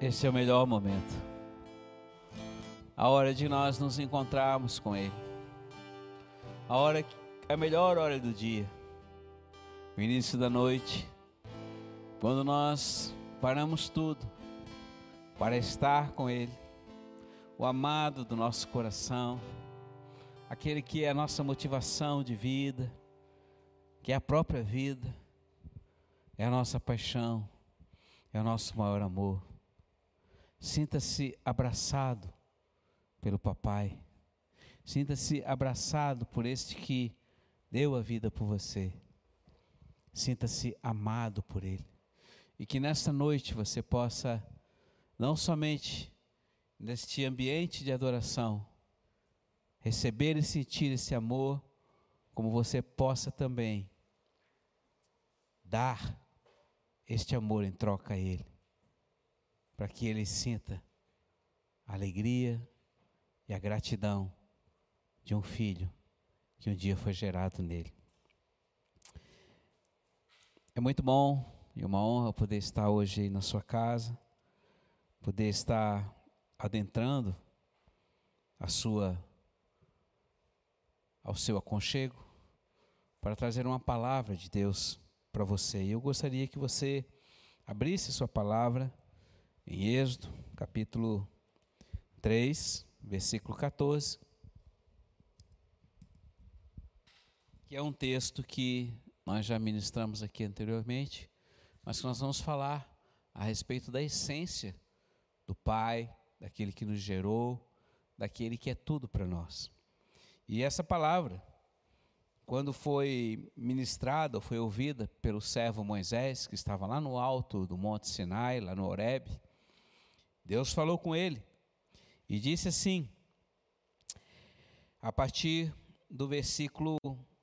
Esse é o melhor momento, a hora de nós nos encontrarmos com Ele, a melhor hora do dia, o início da noite, quando nós paramos tudo para estar com Ele, o amado do nosso coração, aquele que é a nossa motivação de vida, que é a própria vida, é a nossa paixão, é o nosso maior amor. Sinta-se abraçado pelo Papai. Sinta-se abraçado por este que deu a vida por você. Sinta-se amado por Ele. E que nesta noite você possa, não somente neste ambiente de adoração, receber e sentir esse amor, como você possa também dar este amor em troca a Ele, para que Ele sinta a alegria e a gratidão de um filho que um dia foi gerado nele. É muito bom e uma honra poder estar hoje aí na sua casa, poder estar adentrando ao seu aconchego, para trazer uma palavra de Deus para você. E eu gostaria que você abrisse sua palavra em Êxodo, capítulo 3, versículo 14, que é um texto que nós já ministramos aqui anteriormente, mas que nós vamos falar a respeito da essência do Pai, daquele que nos gerou, daquele que é tudo para nós. E essa palavra, quando foi ministrada, foi ouvida pelo servo Moisés, que estava lá no alto do Monte Sinai, lá no Horebe, Deus falou com ele e disse assim, a partir do versículo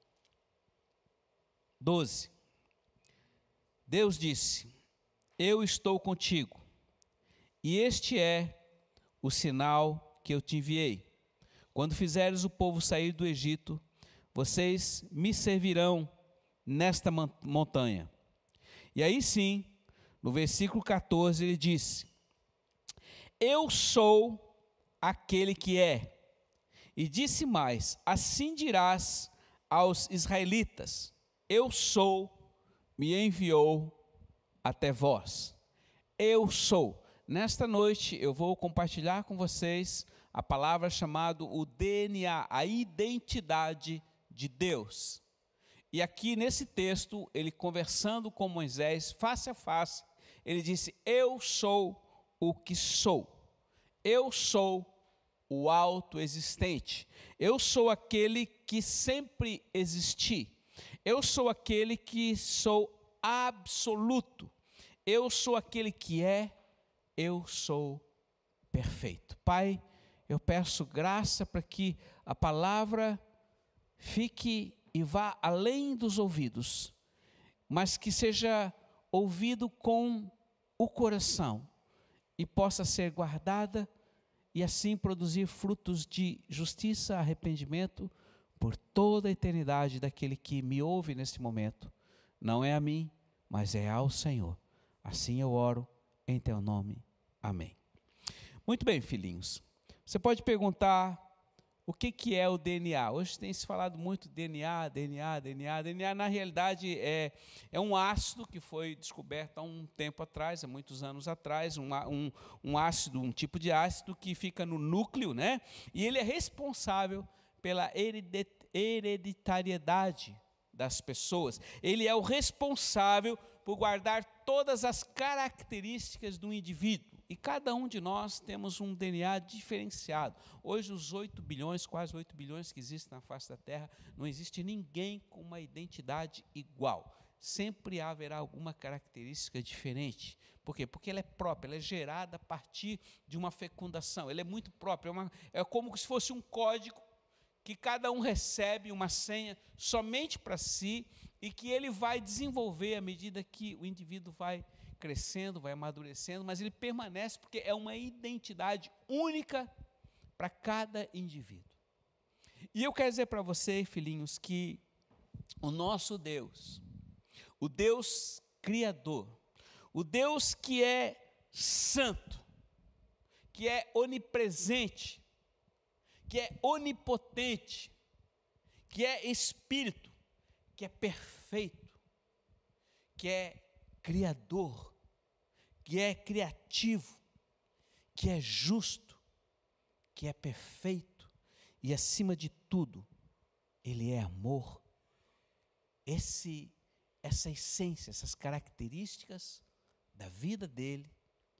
12, Deus disse: eu estou contigo, e este é o sinal que eu te enviei. Quando fizeres o povo sair do Egito, vocês me servirão nesta montanha. E aí sim, no versículo 14 ele disse: eu sou aquele que é. E disse mais: assim dirás aos israelitas: eu sou, me enviou até vós. Eu sou. Nesta noite eu vou compartilhar com vocês a palavra chamada o DNA, a identidade de Deus. E aqui nesse texto, ele conversando com Moisés, face a face, ele disse: eu sou o que sou. Eu sou o autoexistente. Eu sou aquele que sempre existi. Eu sou aquele que sou absoluto. Eu sou aquele que é. Eu sou perfeito. Pai, eu peço graça para que a palavra fique e vá além dos ouvidos, mas que seja ouvido com o coração e possa ser guardada e assim produzir frutos de justiça, arrependimento por toda a eternidade daquele que me ouve neste momento. Não é a mim, mas é ao Senhor. Assim eu oro em teu nome. Amém. Muito bem, filhinhos. Você pode perguntar o que é o DNA. Hoje tem se falado muito DNA. DNA na realidade é um ácido que foi descoberto há um tempo atrás, há muitos anos atrás, um ácido, um tipo de ácido que fica no núcleo, né? E ele é responsável pela hereditariedade das pessoas. Ele é o responsável por guardar todas as características do indivíduo. E cada um de nós temos um DNA diferenciado. Hoje, os 8 bilhões, quase 8 bilhões que existem na face da Terra, não existe ninguém com uma identidade igual. Sempre haverá alguma característica diferente. Por quê? Porque ela é própria, ela é gerada a partir de uma fecundação. Ela é muito própria, é como se fosse um código que cada um recebe uma senha somente para si e que ele vai desenvolver à medida que o indivíduo vai crescendo, vai amadurecendo, mas ele permanece porque é uma identidade única para cada indivíduo. E eu quero dizer para vocês, filhinhos, que o nosso Deus, o Deus Criador, o Deus que é santo, que é onipresente, que é onipotente, que é espírito, que é perfeito, que é criador, que é criativo, que é justo, que é perfeito e, acima de tudo, Ele é amor. Essa essência, essas características da vida dele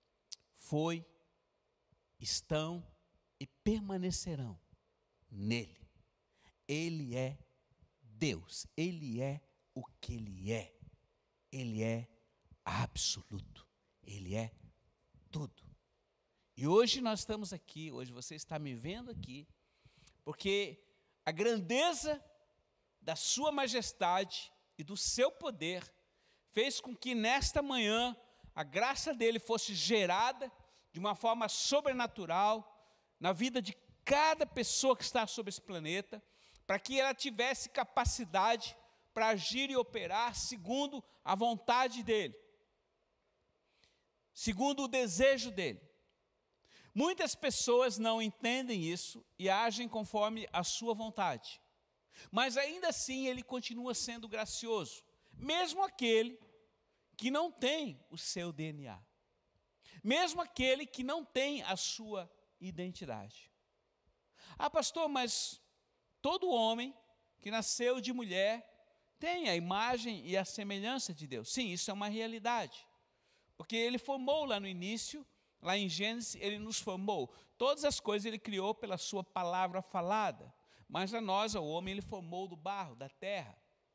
estão e permanecerão nele. Ele é Deus, Ele é o que Ele é. Ele é absoluto, Ele é tudo. E hoje nós estamos aqui, hoje você está me vendo aqui, porque a grandeza da sua majestade e do seu poder fez com que nesta manhã a graça dele fosse gerada de uma forma sobrenatural na vida de cada pessoa que está sobre esse planeta, para que ela tivesse capacidade para agir e operar segundo a vontade dele, segundo o desejo dele. Muitas pessoas não entendem isso e agem conforme a sua vontade. Mas ainda assim ele continua sendo gracioso, mesmo aquele que não tem o seu DNA, mesmo aquele que não tem a sua identidade. Ah, pastor, mas todo homem que nasceu de mulher tem a imagem e a semelhança de Deus. Sim, isso é uma realidade, porque ele formou lá no início, lá em Gênesis, ele nos formou. Todas as coisas ele criou pela sua palavra falada. Mas a nós, o homem, ele formou do barro, da terra.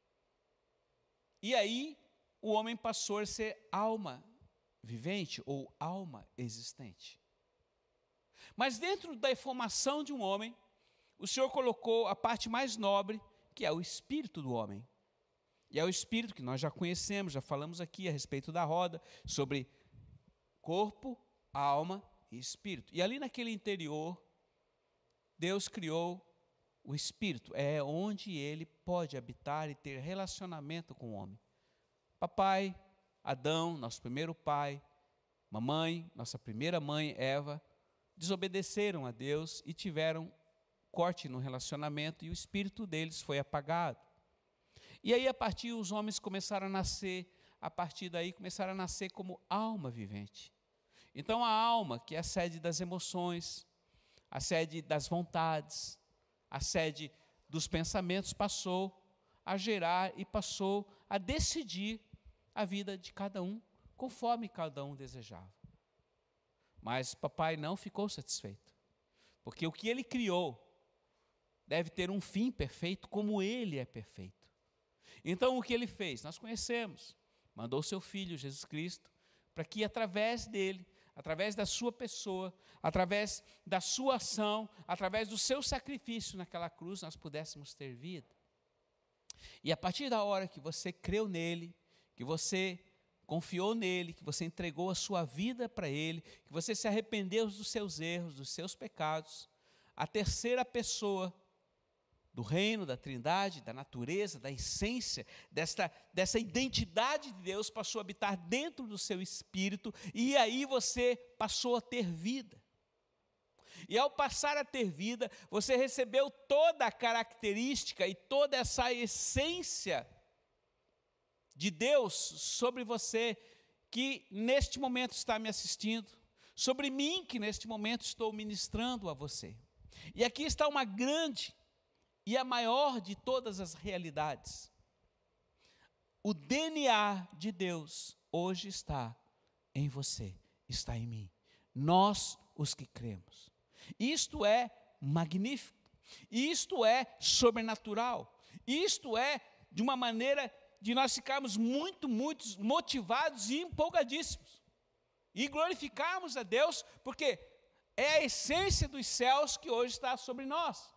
E aí, o homem passou a ser alma vivente ou alma existente. Mas dentro da formação de um homem, o Senhor colocou a parte mais nobre, que é o espírito do homem. E é o espírito que nós já conhecemos, já falamos aqui a respeito da roda, sobre corpo, alma e espírito. E ali naquele interior, Deus criou o espírito, é onde ele pode habitar e ter relacionamento com o homem. Papai, Adão, nosso primeiro pai, mamãe, nossa primeira mãe, Eva, desobedeceram a Deus e tiveram corte no relacionamento e o espírito deles foi apagado. E aí, a partir os homens começaram a nascer, a partir daí começaram a nascer como alma vivente. Então a alma, que é a sede das emoções, a sede das vontades, a sede dos pensamentos, passou a gerar e passou a decidir a vida de cada um, conforme cada um desejava. Mas papai não ficou satisfeito, porque o que ele criou deve ter um fim perfeito, como ele é perfeito. Então o que ele fez? Nós conhecemos, mandou seu filho Jesus Cristo, para que através dele, através da sua pessoa, através da sua ação, através do seu sacrifício naquela cruz, nós pudéssemos ter vida. E a partir da hora que você creu nele, que você confiou nele, que você entregou a sua vida para ele, que você se arrependeu dos seus erros, dos seus pecados, a terceira pessoa do reino, da trindade, da natureza, da essência, dessa identidade de Deus passou a habitar dentro do seu espírito, e aí você passou a ter vida. E ao passar a ter vida, você recebeu toda a característica e toda essa essência de Deus sobre você, que neste momento está me assistindo, sobre mim, que neste momento estou ministrando a você. E aqui está uma grande e a maior de todas as realidades. O DNA de Deus hoje está em você, está em mim. Nós, os que cremos. Isto é magnífico, isto é sobrenatural, isto é de uma maneira de nós ficarmos muito motivados e empolgadíssimos. E glorificarmos a Deus, porque é a essência dos céus que hoje está sobre nós.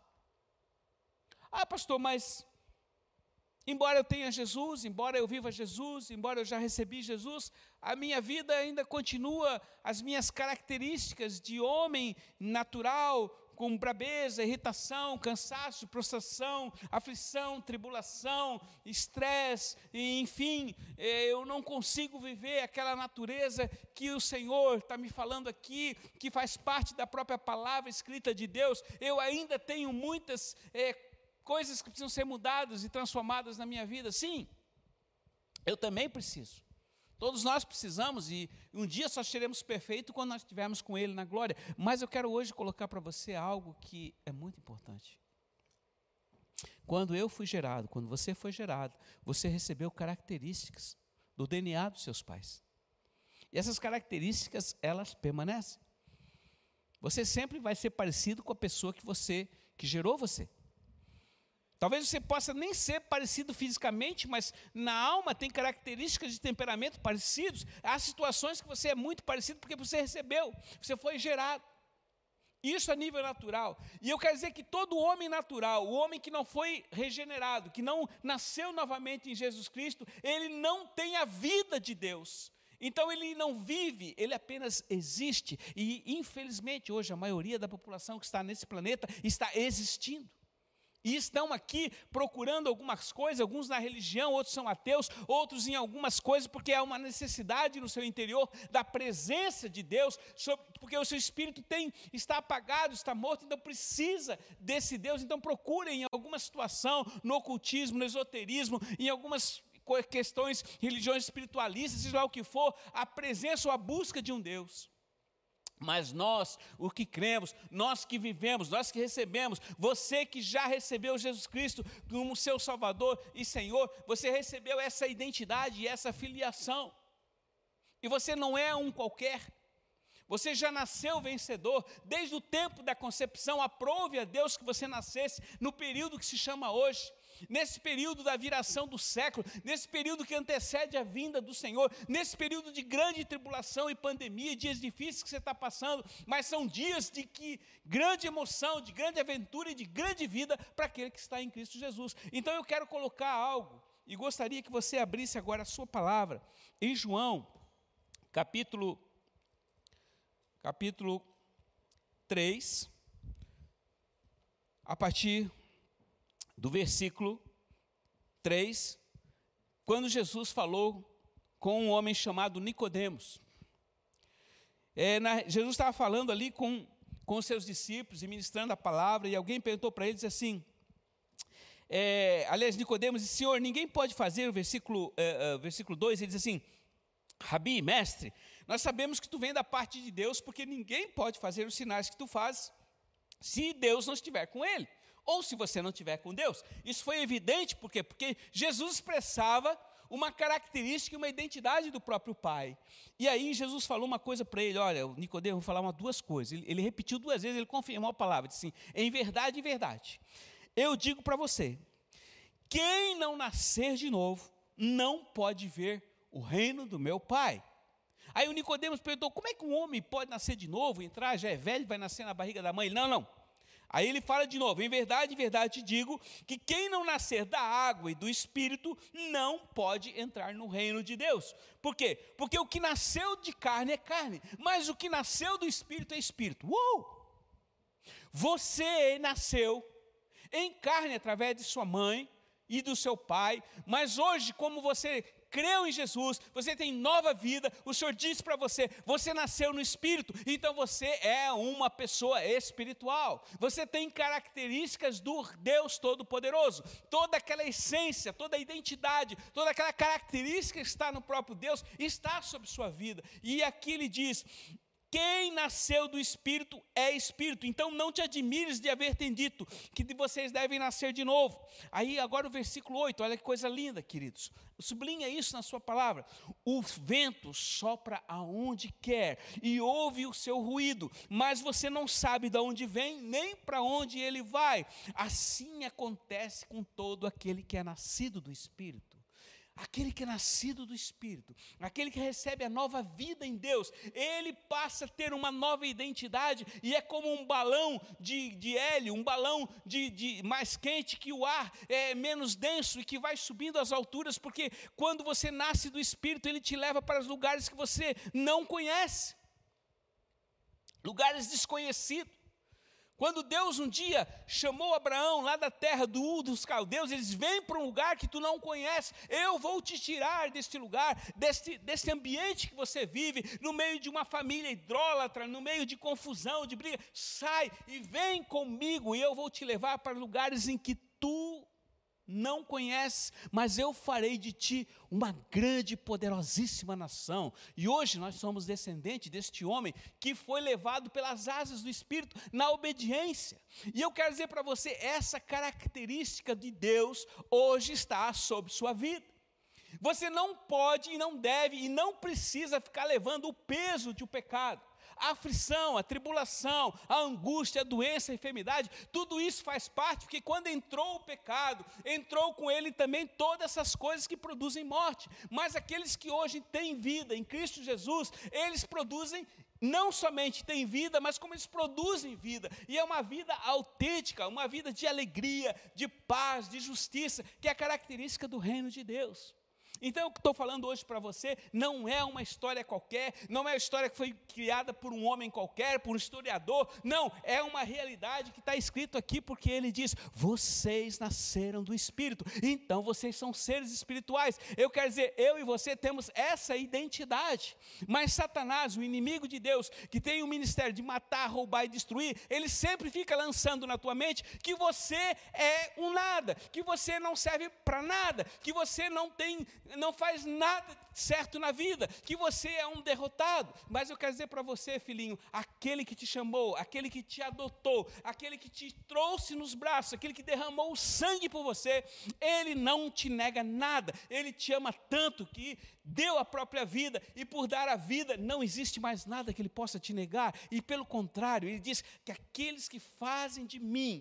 Ah, pastor, mas embora eu tenha Jesus, embora eu viva Jesus, embora eu já recebi Jesus, a minha vida ainda continua as minhas características de homem natural, com brabeza, irritação, cansaço, prostração, aflição, tribulação, estresse, e, enfim, eu não consigo viver aquela natureza que o Senhor está me falando aqui, que faz parte da própria palavra escrita de Deus. Eu ainda tenho muitas coisas que precisam ser mudadas e transformadas na minha vida. Sim, eu também preciso. Todos nós precisamos, e um dia só seremos perfeitos quando nós estivermos com Ele na glória. Mas eu quero hoje colocar para você algo que é muito importante. Quando eu fui gerado, quando você foi gerado, você recebeu características do DNA dos seus pais. E essas características, elas permanecem. Você sempre vai ser parecido com a pessoa que gerou você. Talvez você possa nem ser parecido fisicamente, mas na alma tem características de temperamento parecidos. Há situações que você é muito parecido porque você recebeu, você foi gerado. Isso a nível natural. E eu quero dizer que todo homem natural, o homem que não foi regenerado, que não nasceu novamente em Jesus Cristo, ele não tem a vida de Deus. Então ele não vive, ele apenas existe. E infelizmente hoje a maioria da população que está nesse planeta está existindo. E estão aqui procurando algumas coisas, alguns na religião, outros são ateus, outros em algumas coisas, porque há uma necessidade no seu interior da presença de Deus, porque o seu espírito está apagado, está morto, então precisa desse Deus. Então procurem em alguma situação, no ocultismo, no esoterismo, em algumas questões, religiões espiritualistas, seja lá o que for, a presença ou a busca de um Deus. Mas nós, o que cremos, nós que vivemos, nós que recebemos, você que já recebeu Jesus Cristo como seu Salvador e Senhor, você recebeu essa identidade e essa filiação. E você não é um qualquer. Você já nasceu vencedor. Desde o tempo da concepção, aprove a Deus que você nascesse no período que se chama hoje. Nesse período da viração do século, nesse período que antecede a vinda do Senhor, nesse período de grande tribulação e pandemia, dias difíceis que você está passando, mas são dias de grande emoção, de grande aventura e de grande vida para aquele que está em Cristo Jesus. Então eu quero colocar algo, e gostaria que você abrisse agora a sua palavra, em João, capítulo 3, a partir do versículo 3, quando Jesus falou com um homem chamado Nicodemos. Jesus estava falando ali com os seus discípulos e ministrando a palavra, e alguém perguntou para ele, disse assim, aliás, Nicodemos disse, Senhor, ninguém pode fazer, o versículo 2, ele diz assim, Rabi, mestre, nós sabemos que tu vem da parte de Deus, porque ninguém pode fazer os sinais que tu fazes, se Deus não estiver com ele. Ou se você não estiver com Deus. Isso foi evidente, por quê? Porque Jesus expressava uma característica e uma identidade do próprio Pai. E aí Jesus falou uma coisa para ele, olha, o Nicodemo, vou falar duas coisas. Ele repetiu 2 vezes, ele confirmou a palavra, disse assim, em verdade, eu digo para você, quem não nascer de novo, não pode ver o reino do meu Pai. Aí o Nicodemos perguntou, como é que um homem pode nascer de novo, entrar, já é velho, vai nascer na barriga da mãe? Não. Aí ele fala de novo, em verdade te digo, que quem não nascer da água e do Espírito, não pode entrar no reino de Deus. Por quê? Porque o que nasceu de carne é carne, mas o que nasceu do Espírito é Espírito. Uou! Você nasceu em carne através de sua mãe e do seu pai, mas hoje, como você creu em Jesus, você tem nova vida, o Senhor diz para você, você nasceu no Espírito, então você é uma pessoa espiritual, você tem características do Deus Todo-Poderoso, toda aquela essência, toda a identidade, toda aquela característica que está no próprio Deus, está sobre sua vida, e aqui ele diz, quem nasceu do Espírito é Espírito, então não te admires de haver dito que vocês devem nascer de novo. Aí agora o versículo 8, olha que coisa linda, queridos, sublinha isso na sua palavra, o vento sopra aonde quer e ouve o seu ruído, mas você não sabe de onde vem, nem para onde ele vai, assim acontece com todo aquele que é nascido do Espírito. Aquele que é nascido do Espírito, aquele que recebe a nova vida em Deus, ele passa a ter uma nova identidade e é como um balão de hélio, um balão de mais quente que o ar é menos denso e que vai subindo às alturas, porque quando você nasce do Espírito, ele te leva para os lugares que você não conhece, lugares desconhecidos. Quando Deus um dia chamou Abraão lá da terra do Ur dos Caldeus, eles vêm para um lugar que tu não conheces, eu vou te tirar deste lugar, desse ambiente que você vive, no meio de uma família idólatra, no meio de confusão, de briga, sai e vem comigo e eu vou te levar para lugares em que tu não conheces, mas eu farei de ti uma grande e poderosíssima nação. E hoje nós somos descendentes deste homem que foi levado pelas asas do Espírito na obediência. E eu quero dizer para você, essa característica de Deus hoje está sobre sua vida. Você não pode e não deve e não precisa ficar levando o peso de um pecado. A aflição, a tribulação, a angústia, a doença, a enfermidade, tudo isso faz parte, porque quando entrou o pecado, entrou com ele também todas essas coisas que produzem morte. Mas aqueles que hoje têm vida em Cristo Jesus, eles produzem, não somente têm vida, mas como eles produzem vida. E é uma vida autêntica, uma vida de alegria, de paz, de justiça, que é a característica do reino de Deus. Então, o que estou falando hoje para você não é uma história qualquer, não é uma história que foi criada por um homem qualquer, por um historiador, não, é uma realidade que está escrito aqui, porque ele diz, vocês nasceram do Espírito, então vocês são seres espirituais. Eu quero dizer, eu e você temos essa identidade, mas Satanás, o inimigo de Deus, que tem o ministério de matar, roubar e destruir, ele sempre fica lançando na tua mente que você é um nada, que você não serve para nada, que você não faz nada certo na vida, que você é um derrotado. Mas eu quero dizer para você, filhinho, aquele que te chamou, aquele que te adotou, aquele que te trouxe nos braços, aquele que derramou o sangue por você, ele não te nega nada, ele te ama tanto que deu a própria vida, e por dar a vida não existe mais nada que ele possa te negar, e pelo contrário, ele diz que aqueles que fazem de mim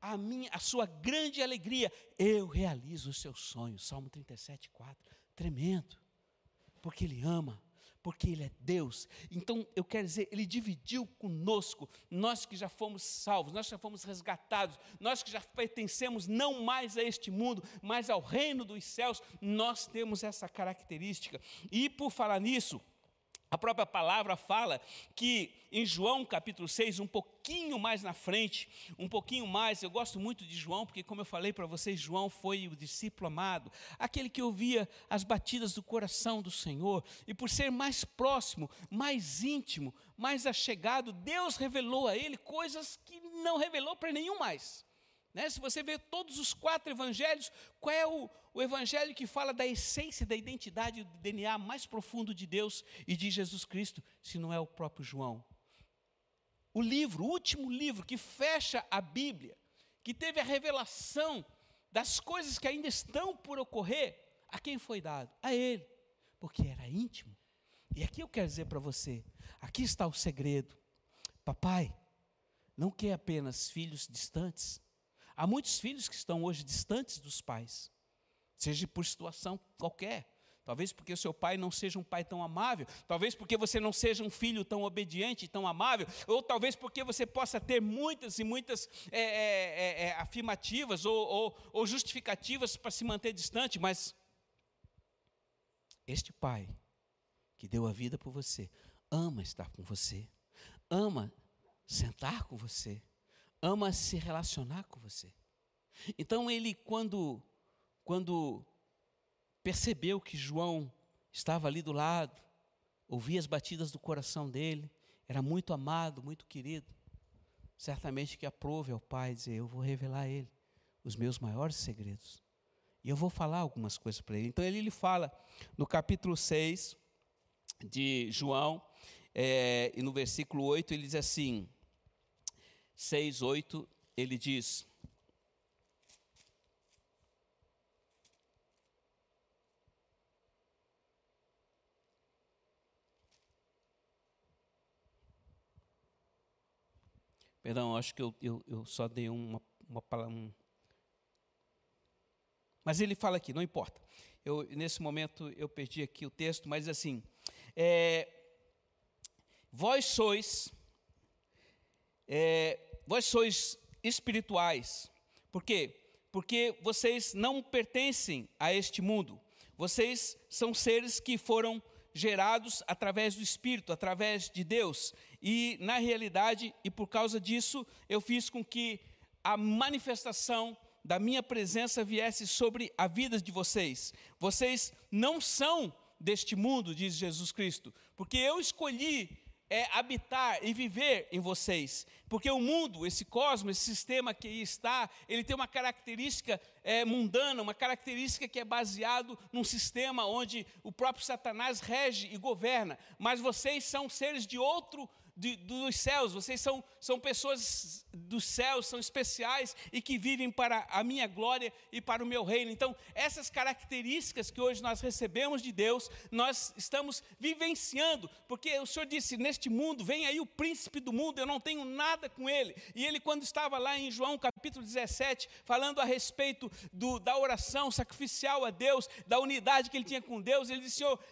a sua grande alegria, eu realizo os seus sonhos. Salmo 37, 4, tremendo, porque Ele ama, porque Ele é Deus. Então eu quero dizer, Ele dividiu conosco, nós que já fomos salvos, nós que já fomos resgatados, nós que já pertencemos não mais a este mundo, mas ao reino dos céus, nós temos essa característica. E por falar nisso, a própria palavra fala que em João capítulo 6, um pouquinho mais na frente, um pouquinho mais, eu gosto muito de João, porque como eu falei para vocês, João foi o discípulo amado, aquele que ouvia as batidas do coração do Senhor, e por ser mais próximo, mais íntimo, mais achegado, Deus revelou a ele coisas que não revelou para nenhum mais. Se você ver todos os 4 evangelhos, qual é o evangelho que fala da essência, da identidade, do DNA mais profundo de Deus e de Jesus Cristo, se não é o próprio João? O último livro que fecha a Bíblia, que teve a revelação das coisas que ainda estão por ocorrer, a quem foi dado? A ele, porque era íntimo. E aqui eu quero dizer para você, aqui está o segredo. Papai não quer apenas filhos distantes. Há muitos filhos que estão hoje distantes dos pais, seja por situação qualquer, talvez porque o seu pai não seja um pai tão amável, talvez porque você não seja um filho tão obediente, tão amável, ou talvez porque você possa ter muitas e muitas afirmativas ou justificativas para se manter distante, mas este pai que deu a vida por você, ama estar com você, ama sentar com você, ama se relacionar com você. Então ele, quando percebeu que João estava ali do lado, ouvia as batidas do coração dele, era muito amado, muito querido, certamente que aprove ao pai dizer, eu vou revelar a ele os meus maiores segredos, e eu vou falar algumas coisas para ele. Então ele fala no capítulo 6 de João, e no versículo 8 ele diz assim, 6, 8, ele diz, perdão, acho que eu só dei uma palavra, mas ele fala aqui, não importa, nesse momento eu perdi aqui o texto, mas assim, vós sois espirituais. Por quê? Porque vocês não pertencem a este mundo. Vocês são seres que foram gerados através do Espírito, através de Deus. E na realidade, e por causa disso, eu fiz com que a manifestação da minha presença viesse sobre a vida de vocês. Vocês não são deste mundo, diz Jesus Cristo, porque eu escolhi habitar e viver em vocês, porque o mundo, esse cosmos, esse sistema que aí está, ele tem uma característica mundana, uma característica que é baseado num sistema onde o próprio Satanás rege e governa, mas vocês são seres de outro, dos céus, vocês são pessoas dos céus, são especiais e que vivem para a minha glória e para o meu reino. Então, essas características que hoje nós recebemos de Deus, nós estamos vivenciando, porque o Senhor disse, neste mundo, vem aí o príncipe do mundo, eu não tenho nada com ele. E ele, quando estava lá em João capítulo 17, falando a respeito da oração sacrificial a Deus, da unidade que ele tinha com Deus, ele disse, Senhor,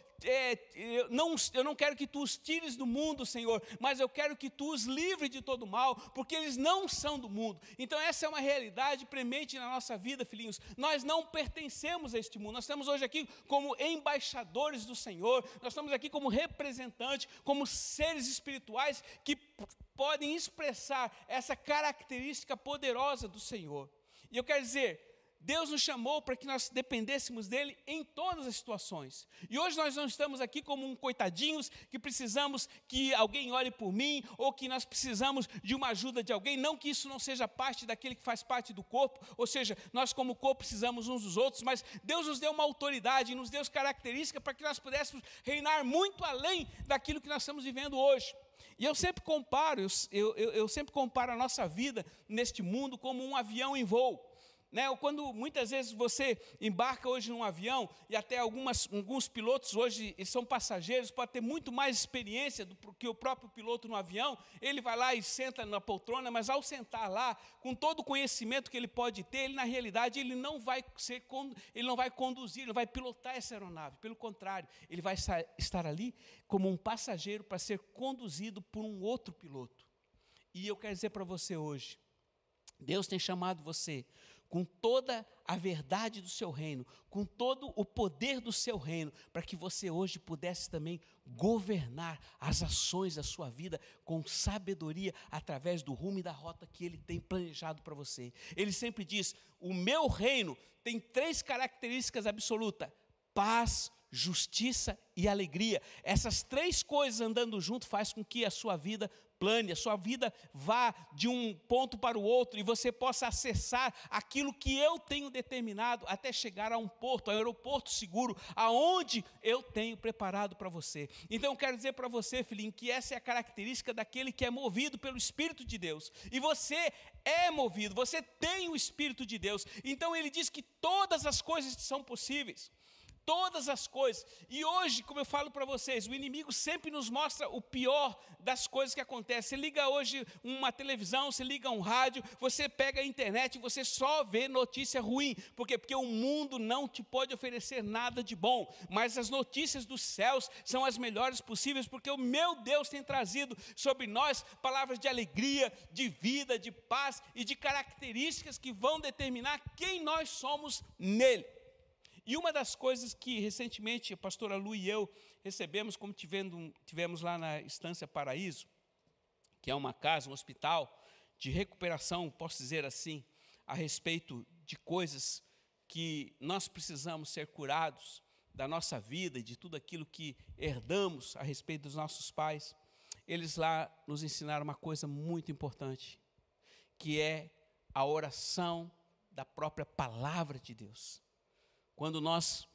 eu não quero que tu os tires do mundo, Senhor, mas eu quero que tu os livres de todo mal, porque eles não são do mundo. Então essa é uma realidade premente na nossa vida, filhinhos. Nós não pertencemos a este mundo, nós estamos hoje aqui como embaixadores do Senhor, nós estamos aqui como representantes, como seres espirituais que podem expressar essa característica poderosa do Senhor. E eu quero dizer, Deus nos chamou para que nós dependêssemos dele em todas as situações. E hoje nós não estamos aqui como coitadinhos que precisamos que alguém ore por mim ou que nós precisamos de uma ajuda de alguém. Não que isso não seja parte daquele que faz parte do corpo, ou seja, nós como corpo precisamos uns dos outros, mas Deus nos deu uma autoridade, nos deu características para que nós pudéssemos reinar muito além daquilo que nós estamos vivendo hoje. E eu sempre comparo, eu sempre comparo a nossa vida neste mundo como um avião em voo. Quando muitas vezes você embarca hoje num avião, e até alguns pilotos hoje são passageiros, pode ter muito mais experiência do que o próprio piloto no avião, ele vai lá e senta na poltrona, mas ao sentar lá, com todo o conhecimento que ele pode ter, ele na realidade ele não vai conduzir, ele não vai pilotar essa aeronave, pelo contrário, ele vai estar ali como um passageiro para ser conduzido por um outro piloto. E eu quero dizer para você hoje, Deus tem chamado você com toda a verdade do seu reino, com todo o poder do seu reino, para que você hoje pudesse também governar as ações da sua vida com sabedoria, através do rumo e da rota que Ele tem planejado para você. Ele sempre diz, o meu reino tem 3 características absolutas, paz, justiça e alegria. Essas 3 coisas andando junto faz com que a sua vida plane, a sua vida vá de um ponto para o outro e você possa acessar aquilo que eu tenho determinado até chegar a um porto, a um aeroporto seguro, aonde eu tenho preparado para você. Então eu quero dizer para você, filhinho, que essa é a característica daquele que é movido pelo Espírito de Deus. E você é movido, você tem o Espírito de Deus. Então ele diz que todas as coisas são possíveis. Todas as coisas. E hoje, como eu falo para vocês, o inimigo sempre nos mostra o pior das coisas que acontecem. Você liga hoje uma televisão, você liga um rádio, você pega a internet e você só vê notícia ruim. Por quê? Porque o mundo não te pode oferecer nada de bom. Mas as notícias dos céus são as melhores possíveis, porque o meu Deus tem trazido sobre nós palavras de alegria, de vida, de paz e de características que vão determinar quem nós somos nele. E uma das coisas que recentemente a pastora Lu e eu recebemos, como tivemos lá na Estância Paraíso, que é uma casa, um hospital de recuperação, posso dizer assim, a respeito de coisas que nós precisamos ser curados da nossa vida e de tudo aquilo que herdamos a respeito dos nossos pais. Eles lá nos ensinaram uma coisa muito importante, que é a oração da própria palavra de Deus. Quando nós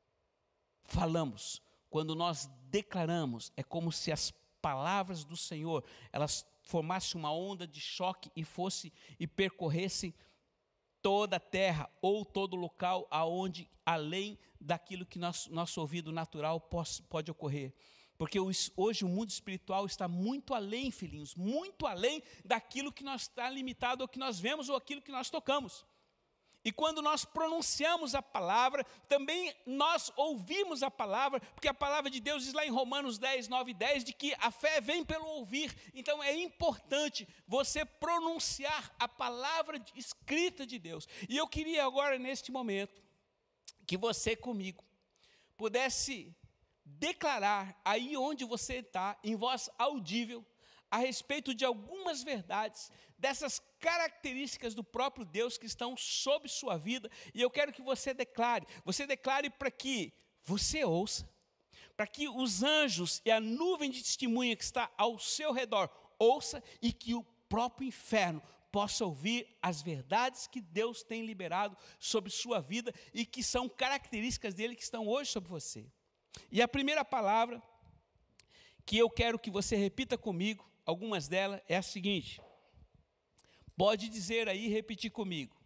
falamos, quando nós declaramos, é como se as palavras do Senhor, elas formassem uma onda de choque e percorressem toda a terra ou todo local aonde, além daquilo que nosso ouvido natural pode ocorrer. Porque hoje o mundo espiritual está muito além, filhinhos, muito além daquilo que nós está limitado ao que nós vemos ou aquilo que nós tocamos. E quando nós pronunciamos a palavra, também nós ouvimos a palavra, porque a palavra de Deus diz lá em Romanos 10, 9 e 10, de que a fé vem pelo ouvir. Então é importante você pronunciar a palavra escrita de Deus. E eu queria agora, neste momento, que você comigo pudesse declarar aí onde você está, em voz audível, a respeito de algumas verdades, dessas características do próprio Deus que estão sobre sua vida, e eu quero que você declare para que você ouça, para que os anjos e a nuvem de testemunha que está ao seu redor ouça, e que o próprio inferno possa ouvir as verdades que Deus tem liberado sobre sua vida e que são características dele que estão hoje sobre você. E a primeira palavra que eu quero que você repita comigo, algumas delas, é a seguinte. Pode dizer aí, repetir comigo.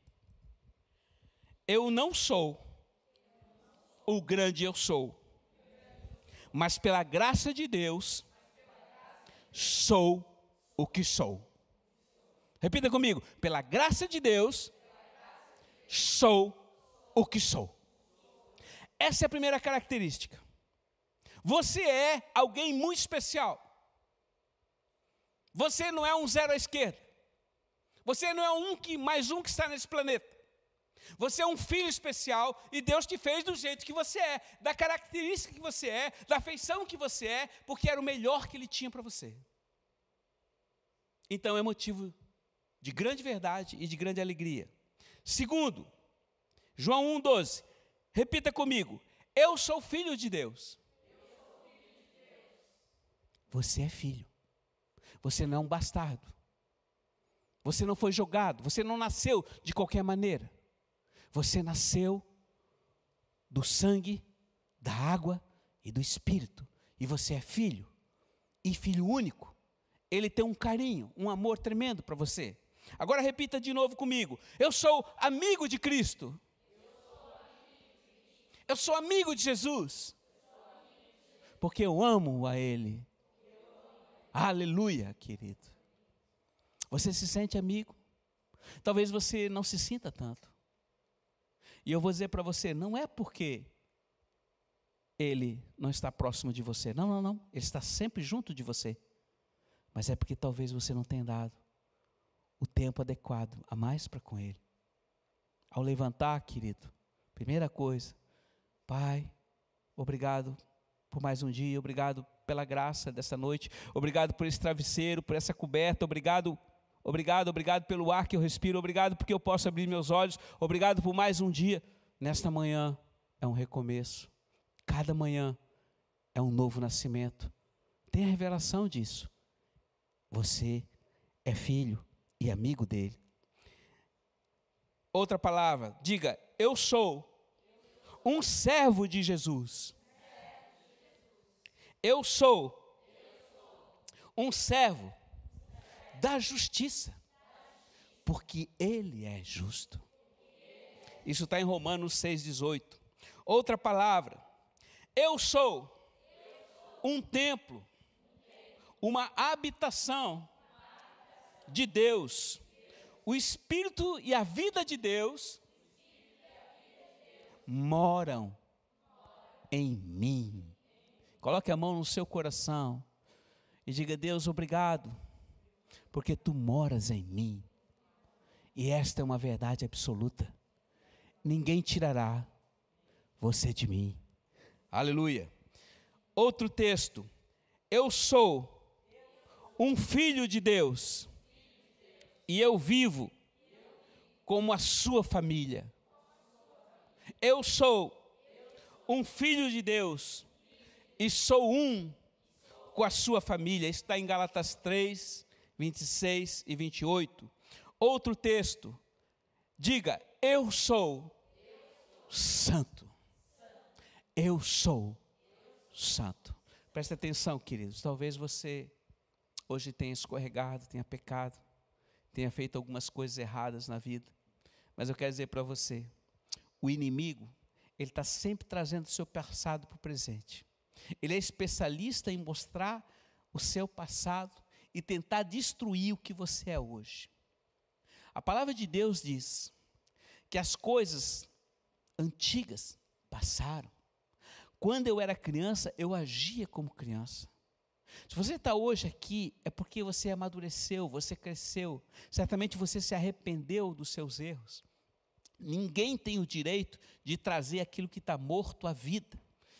Eu não sou o grande eu sou, mas pela graça de Deus, sou o que sou. Repita comigo. Pela graça de Deus, sou o que sou. Essa é a primeira característica. Você é alguém muito especial. Você não é um zero à esquerda. Você não é mais um que está nesse planeta. Você é um filho especial e Deus te fez do jeito que você é, da característica que você é, da feição que você é, porque era o melhor que Ele tinha para você. Então é motivo de grande verdade e de grande alegria. Segundo, João 1,12. Repita comigo. Eu sou filho de Deus. Você é filho. Você não é um bastardo. Você não foi jogado. Você não nasceu de qualquer maneira. Você nasceu do sangue, da água e do Espírito. E você é filho. E filho único. Ele tem um carinho, um amor tremendo para você. Agora repita de novo comigo. Eu sou amigo de Cristo. Eu sou amigo de Jesus. Porque eu amo a Ele. Aleluia, querido. Você se sente amigo? Talvez você não se sinta tanto. E eu vou dizer para você, não é porque Ele não está próximo de você. Não. Ele está sempre junto de você. Mas é porque talvez você não tenha dado o tempo adequado a mais para com Ele. Ao levantar, querido, primeira coisa, Pai, obrigado por mais um dia, obrigado pela graça dessa noite, obrigado por esse travesseiro, por essa coberta, obrigado pelo ar que eu respiro, obrigado porque eu posso abrir meus olhos, obrigado por mais um dia. Nesta manhã é um recomeço, cada manhã é um novo nascimento. Tenha a revelação disso. Você é filho e amigo dele. Outra palavra, diga, eu sou um servo de Jesus. Eu sou um servo da justiça, porque Ele é justo. Isso está em Romanos 6,18. Outra palavra, eu sou um templo, uma habitação de Deus. O Espírito e a vida de Deus moram em mim. Coloque a mão no seu coração e diga, Deus, obrigado, porque Tu moras em mim. E esta é uma verdade absoluta. Ninguém tirará você de mim. Aleluia. Outro texto. Eu sou um filho de Deus e eu vivo como a sua família. Eu sou um filho de Deus e sou um com a sua família. Isso está em Gálatas 3, 26 e 28. Outro texto, diga, eu sou santo. Eu sou santo. Preste atenção, queridos, talvez você hoje tenha escorregado, tenha pecado, tenha feito algumas coisas erradas na vida, mas eu quero dizer para você, o inimigo, ele está sempre trazendo o seu passado para o presente. Ele é especialista em mostrar o seu passado e tentar destruir o que você é hoje. A palavra de Deus diz que as coisas antigas passaram. Quando eu era criança, eu agia como criança. Se você está hoje aqui, é porque você amadureceu, você cresceu. Certamente você se arrependeu dos seus erros. Ninguém tem o direito de trazer aquilo que está morto à vida.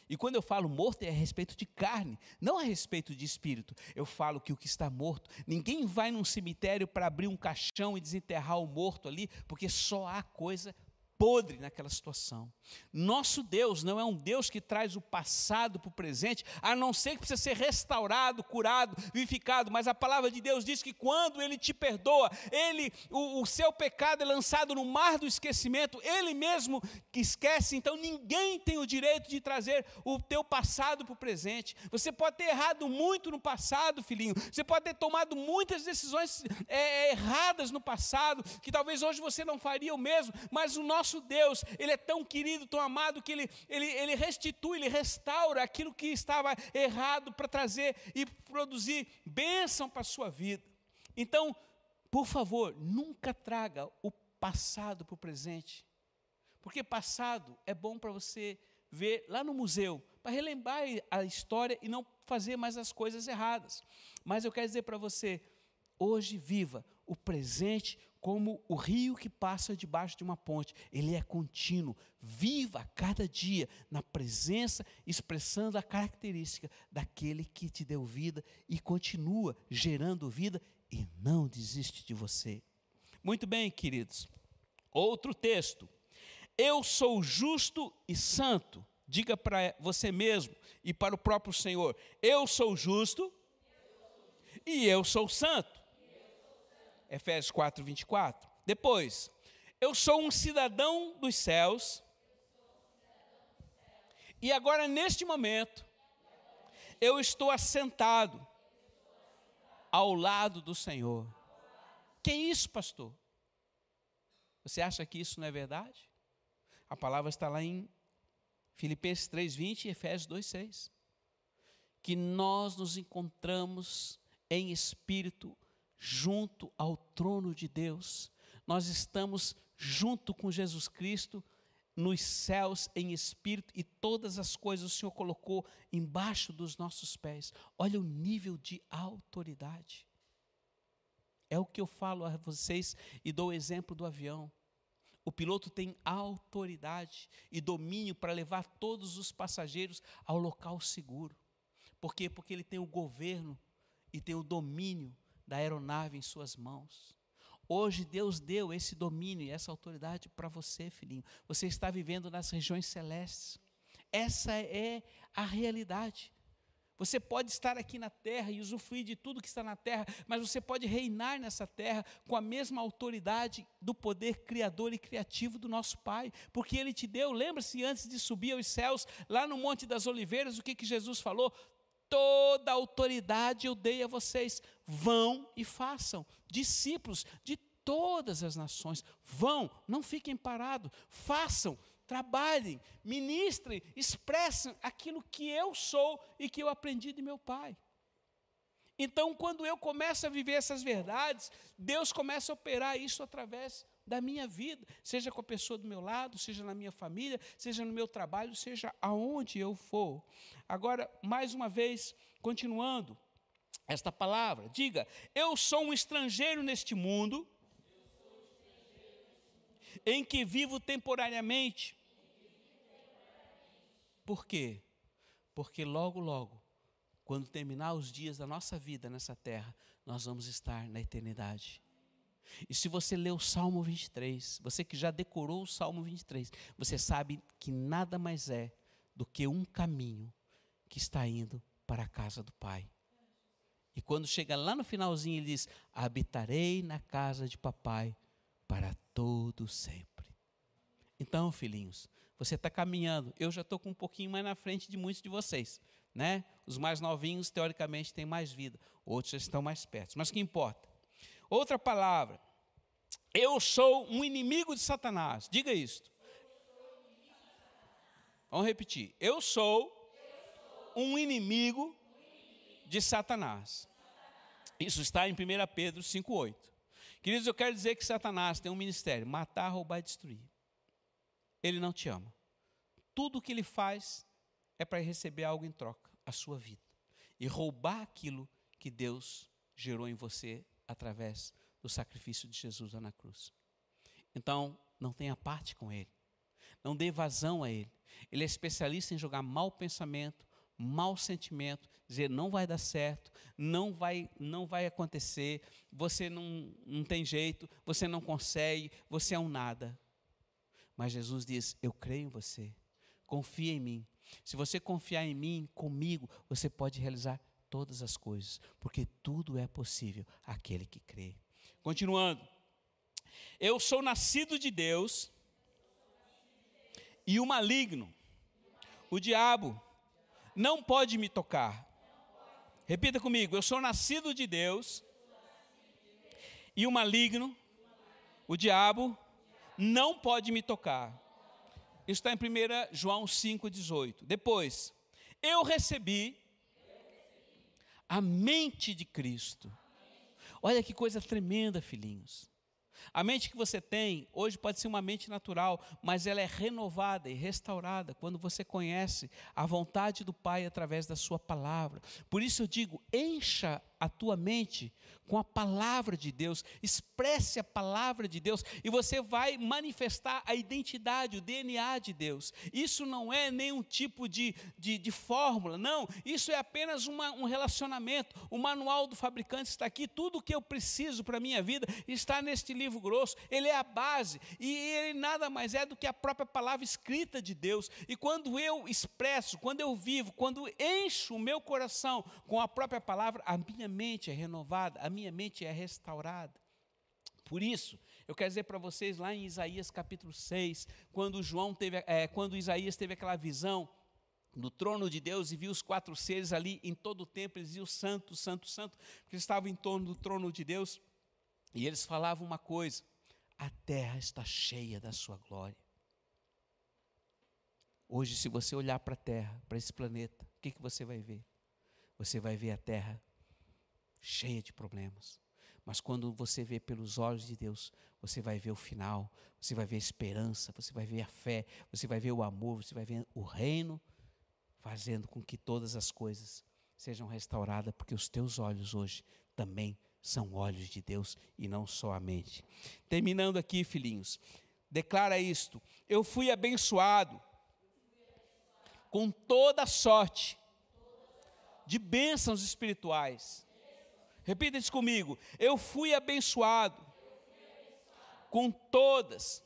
E quando eu falo morto, é a respeito de carne, não a respeito de espírito. Eu falo que o que está morto, ninguém vai num cemitério para abrir um caixão e desenterrar o morto ali, porque só há coisa podre naquela situação. Nosso Deus não é um Deus que traz o passado para o presente, a não ser que precisa ser restaurado, curado, vivificado, mas a palavra de Deus diz que quando Ele te perdoa, o seu pecado é lançado no mar do esquecimento, Ele mesmo que esquece, então ninguém tem o direito de trazer o teu passado para o presente. Você pode ter errado muito no passado, filhinho, você pode ter tomado muitas decisões erradas no passado, que talvez hoje você não faria o mesmo, mas o nosso Deus, Ele é tão querido, tão amado, que Ele restitui, Ele restaura aquilo que estava errado para trazer e produzir bênção para a sua vida. Então, por favor, nunca traga o passado para o presente, porque passado é bom para você ver lá no museu, para relembrar a história e não fazer mais as coisas erradas. Mas eu quero dizer para você, hoje viva o presente como o rio que passa debaixo de uma ponte. Ele é contínuo. Viva cada dia na presença, expressando a característica daquele que te deu vida e continua gerando vida e não desiste de você. Muito bem, queridos. Outro texto. Eu sou justo e santo. Diga para você mesmo e para o próprio Senhor. Eu sou justo e eu sou santo. Efésios 4, 24. Depois, eu sou um cidadão dos céus. E agora, neste momento, eu estou assentado ao lado do Senhor. Que isso, pastor? Você acha que isso não é verdade? A palavra está lá em Filipenses 3:20 e Efésios 2:6. Que nós nos encontramos em espírito junto ao trono de Deus. Nós estamos junto com Jesus Cristo nos céus em espírito e todas as coisas o Senhor colocou embaixo dos nossos pés. Olha o nível de autoridade. É o que eu falo a vocês e dou o exemplo do avião. O piloto tem autoridade e domínio para levar todos os passageiros ao local seguro. Por quê? Porque ele tem o governo e tem o domínio da aeronave em suas mãos. Hoje Deus deu esse domínio e essa autoridade para você, filhinho. Você está vivendo nas regiões celestes. Essa é a realidade. Você pode estar aqui na terra e usufruir de tudo que está na terra, mas você pode reinar nessa terra com a mesma autoridade do poder criador e criativo do nosso Pai, porque Ele te deu. Lembra-se, antes de subir aos céus, lá no Monte das Oliveiras, o que Jesus falou? Toda a autoridade eu dei a vocês. Vão e façam discípulos de todas as nações. Vão, não fiquem parados. Façam, trabalhem, ministrem, expressem aquilo que eu sou e que eu aprendi de meu Pai. Então, quando eu começo a viver essas verdades, Deus começa a operar isso através da minha vida, seja com a pessoa do meu lado, seja na minha família, seja no meu trabalho, seja aonde eu for. Agora, mais uma vez, continuando esta palavra, diga: eu sou um estrangeiro neste mundo, em que vivo temporariamente. Por quê? Porque logo, logo, quando terminar os dias da nossa vida nessa terra, nós vamos estar na eternidade. E se você lê o Salmo 23, você que já decorou o Salmo 23, você sabe que nada mais é do que um caminho que está indo para a casa do Pai. E quando chega lá no finalzinho, ele diz: habitarei na casa de papai para todo sempre. Então, filhinhos, você está caminhando. Eu já estou com um pouquinho mais na frente de muitos de vocês, né? Os mais novinhos, teoricamente, têm mais vida. Outros já estão mais perto. Mas o que importa? Outra palavra. Eu sou um inimigo de Satanás. Diga isto. Vamos repetir. Eu sou um inimigo de Satanás. Isso está em 1 Pedro 5,8. Queridos, eu quero dizer que Satanás tem um ministério: matar, roubar e destruir. Ele não te ama. Tudo o que ele faz é para receber algo em troca, a sua vida. E roubar aquilo que Deus gerou em você através do sacrifício de Jesus lá na cruz. Então, não tenha parte com ele. Não dê vazão a ele. Ele é especialista em jogar mau pensamento, mau sentimento, dizer não vai dar certo, não vai acontecer, você não tem jeito, você não consegue, você é um nada. Mas Jesus diz, eu creio em você, confia em mim. Se você confiar em mim, comigo, você pode realizar todas as coisas, porque tudo é possível àquele que crê. Continuando, eu sou nascido de Deus e o maligno, o diabo, não pode me tocar. Repita comigo, eu sou nascido de Deus e o maligno, o diabo, não pode me tocar. Isso está em 1 João 5,18. Depois, eu recebi a mente de Cristo. Olha que coisa tremenda, filhinhos. A mente que você tem, hoje pode ser uma mente natural, mas ela é renovada e restaurada quando você conhece a vontade do Pai através da sua palavra. Por isso eu digo, encha a tua mente com a palavra de Deus, expresse a palavra de Deus e você vai manifestar a identidade, o DNA de Deus. Isso não é nenhum tipo de fórmula, não, isso é apenas um relacionamento. O manual do fabricante está aqui, tudo o que eu preciso para a minha vida está neste livro grosso, ele é a base e ele nada mais é do que a própria palavra escrita de Deus. E quando eu expresso, quando eu vivo, quando encho o meu coração com a própria palavra, a minha mente é renovada, a minha mente é restaurada. Por isso, eu quero dizer para vocês lá em Isaías capítulo 6, quando Isaías teve aquela visão no trono de Deus e viu os 4 seres ali em todo o templo, eles diziam santo, santo, santo, porque eles estavam em torno do trono de Deus, e eles falavam uma coisa, a terra está cheia da sua glória. Hoje, se você olhar para a terra, para esse planeta, o que você vai ver? Você vai ver a terra cheia de problemas, mas quando você vê pelos olhos de Deus, você vai ver o final, você vai ver a esperança, você vai ver a fé, você vai ver o amor, você vai ver o reino fazendo com que todas as coisas sejam restauradas, porque os teus olhos hoje também são olhos de Deus e não só a mente. Terminando aqui, filhinhos, declara isto, eu fui abençoado com toda sorte de bênçãos espirituais. Repita isso comigo. Eu fui abençoado com todas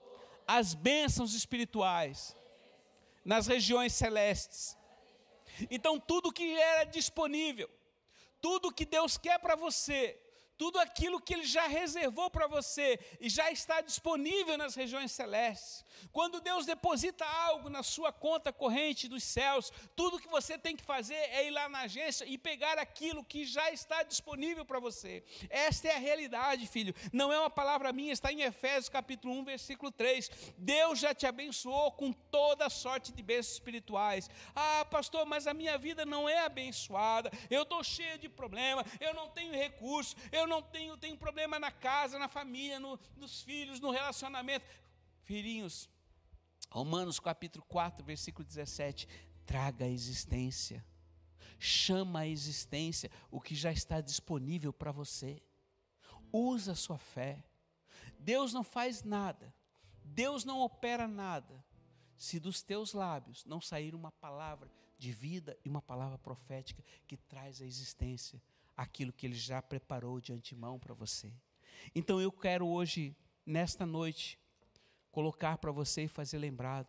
as bênçãos espirituais nas regiões celestes. Então, tudo que era disponível, tudo que Deus quer para você, tudo aquilo que Ele já reservou para você e já está disponível nas regiões celestes. Quando Deus deposita algo na sua conta corrente dos céus, tudo que você tem que fazer é ir lá na agência e pegar aquilo que já está disponível para você. Esta é a realidade, filho. Não é uma palavra minha, está em Efésios capítulo 1, versículo 3. Deus já te abençoou com toda sorte de bênçãos espirituais. Ah, pastor, mas a minha vida não é abençoada. Eu estou cheio de problema, eu não tenho recurso, eu não tenho problema na casa, na família, nos filhos, no relacionamento. Filhinhos, Romanos capítulo 4, versículo 17, traga a existência, chama a existência o que já está disponível para você. Usa a sua fé. Deus não faz nada, Deus não opera nada, se dos teus lábios não sair uma palavra de vida e uma palavra profética que traz a existência aquilo que Ele já preparou de antemão para você. Então eu quero hoje, nesta noite, colocar para você e fazer lembrado,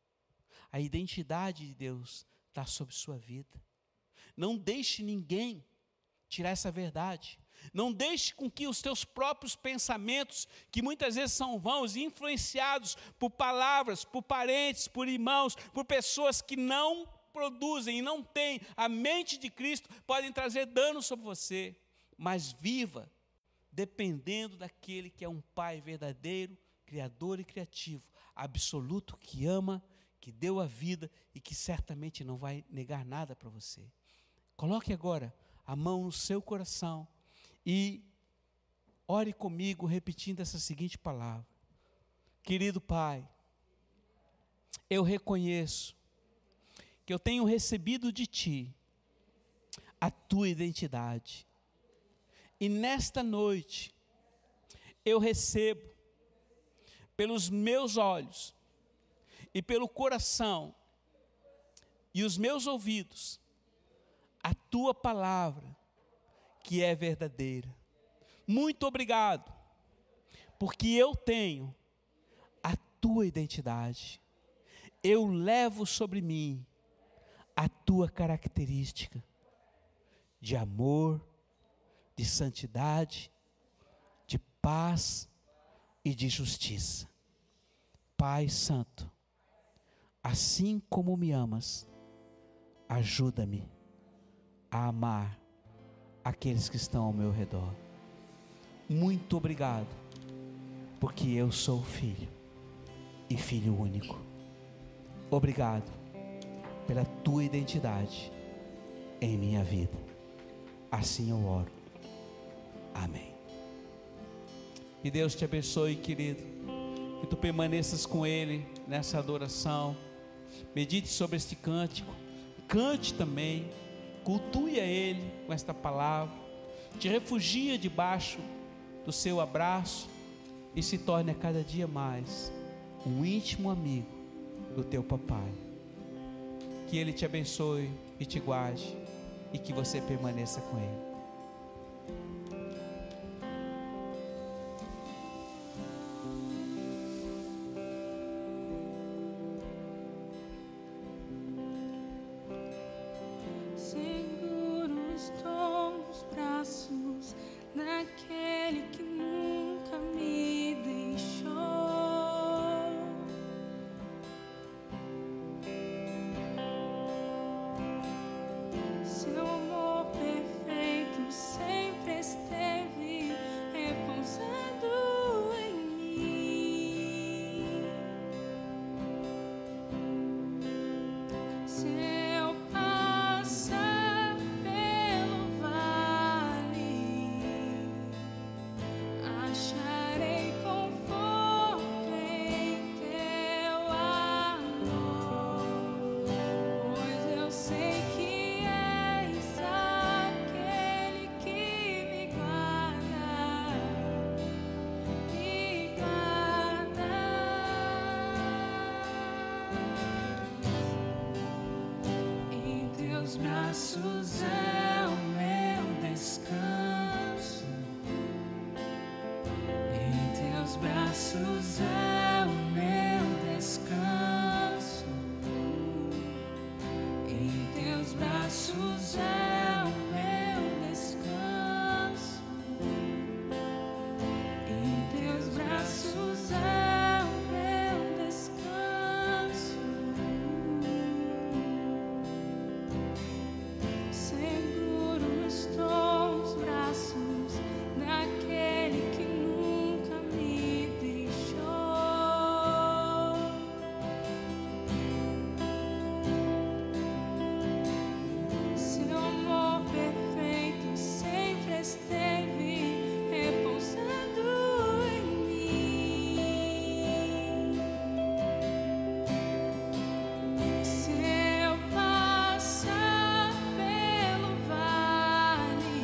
a identidade de Deus está sobre sua vida. Não deixe ninguém tirar essa verdade. Não deixe com que os teus próprios pensamentos, que muitas vezes são vãos, influenciados por palavras, por parentes, por irmãos, por pessoas que não produzem e não têm a mente de Cristo, podem trazer dano sobre você. Mas viva dependendo daquele que é um Pai verdadeiro, Criador e criativo, absoluto, que ama, que deu a vida e que certamente não vai negar nada para você. Coloque agora a mão no seu coração e ore comigo repetindo essa seguinte palavra. Querido Pai, eu reconheço que eu tenho recebido de Ti a Tua identidade. E nesta noite, eu recebo pelos meus olhos e pelo coração e os meus ouvidos a tua palavra, que é verdadeira. Muito obrigado, porque eu tenho a tua identidade. Eu levo sobre mim a tua característica de amor, de santidade, de paz e de justiça. Pai Santo, assim como me amas, ajuda-me a amar aqueles que estão ao meu redor. Muito obrigado, porque eu sou filho e filho único. Obrigado pela tua identidade em minha vida. Assim eu oro. Amém. Que Deus te abençoe, querido. Que tu permaneças com Ele nessa adoração. Medite sobre este cântico. Cante também. Cultue a Ele com esta palavra. Te refugia debaixo do seu abraço e se torne a cada dia mais um íntimo amigo do teu papai. Que Ele te abençoe e te guarde e que você permaneça com Ele. Seguro estou nos braços daquele que nunca me deixou. Seu amor perfeito sempre esteve repousando em mim. Se eu passar pelo vale, acharei conforto em teu amor, pois eu sei que és aquele que me guarda, me guarda. Em teus braços é o meu descanso. Em teus braços é o meu descanso. Em teus braços é o meu descanso. Em teus braços é o meu descanso. Seguro estou nos braços daquele que nunca me deixou. Seu amor perfeito sempre esteve repousando em mim. Se eu passar pelo vale,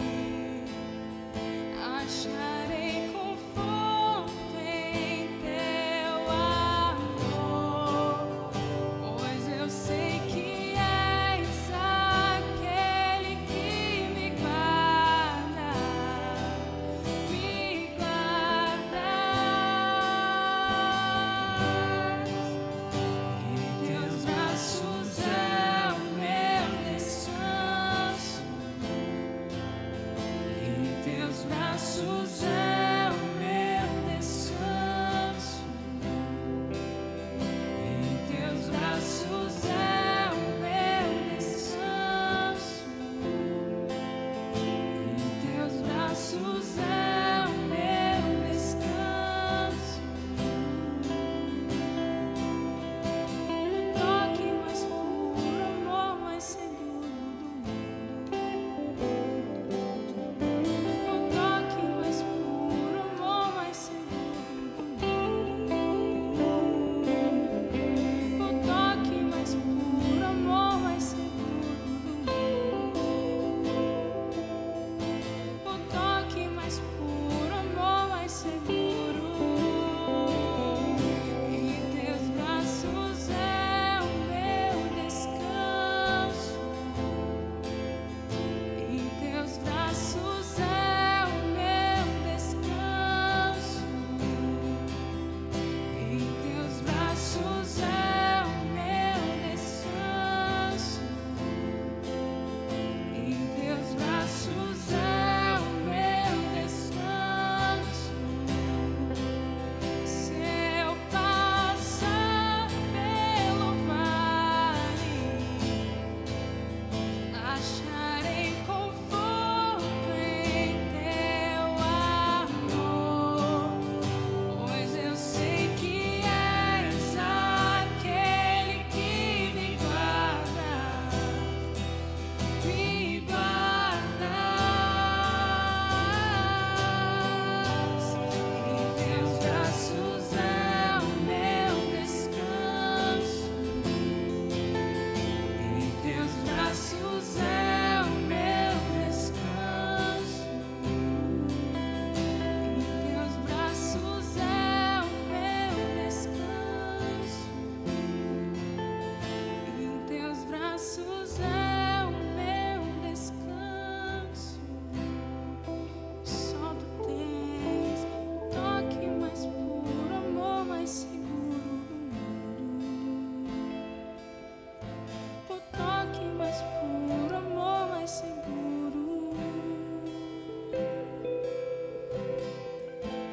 acharei conforto em teu amor, pois eu sei que és aquele que me guarda, me guardas. Em teus braços é o meu descanso. Em teus braços é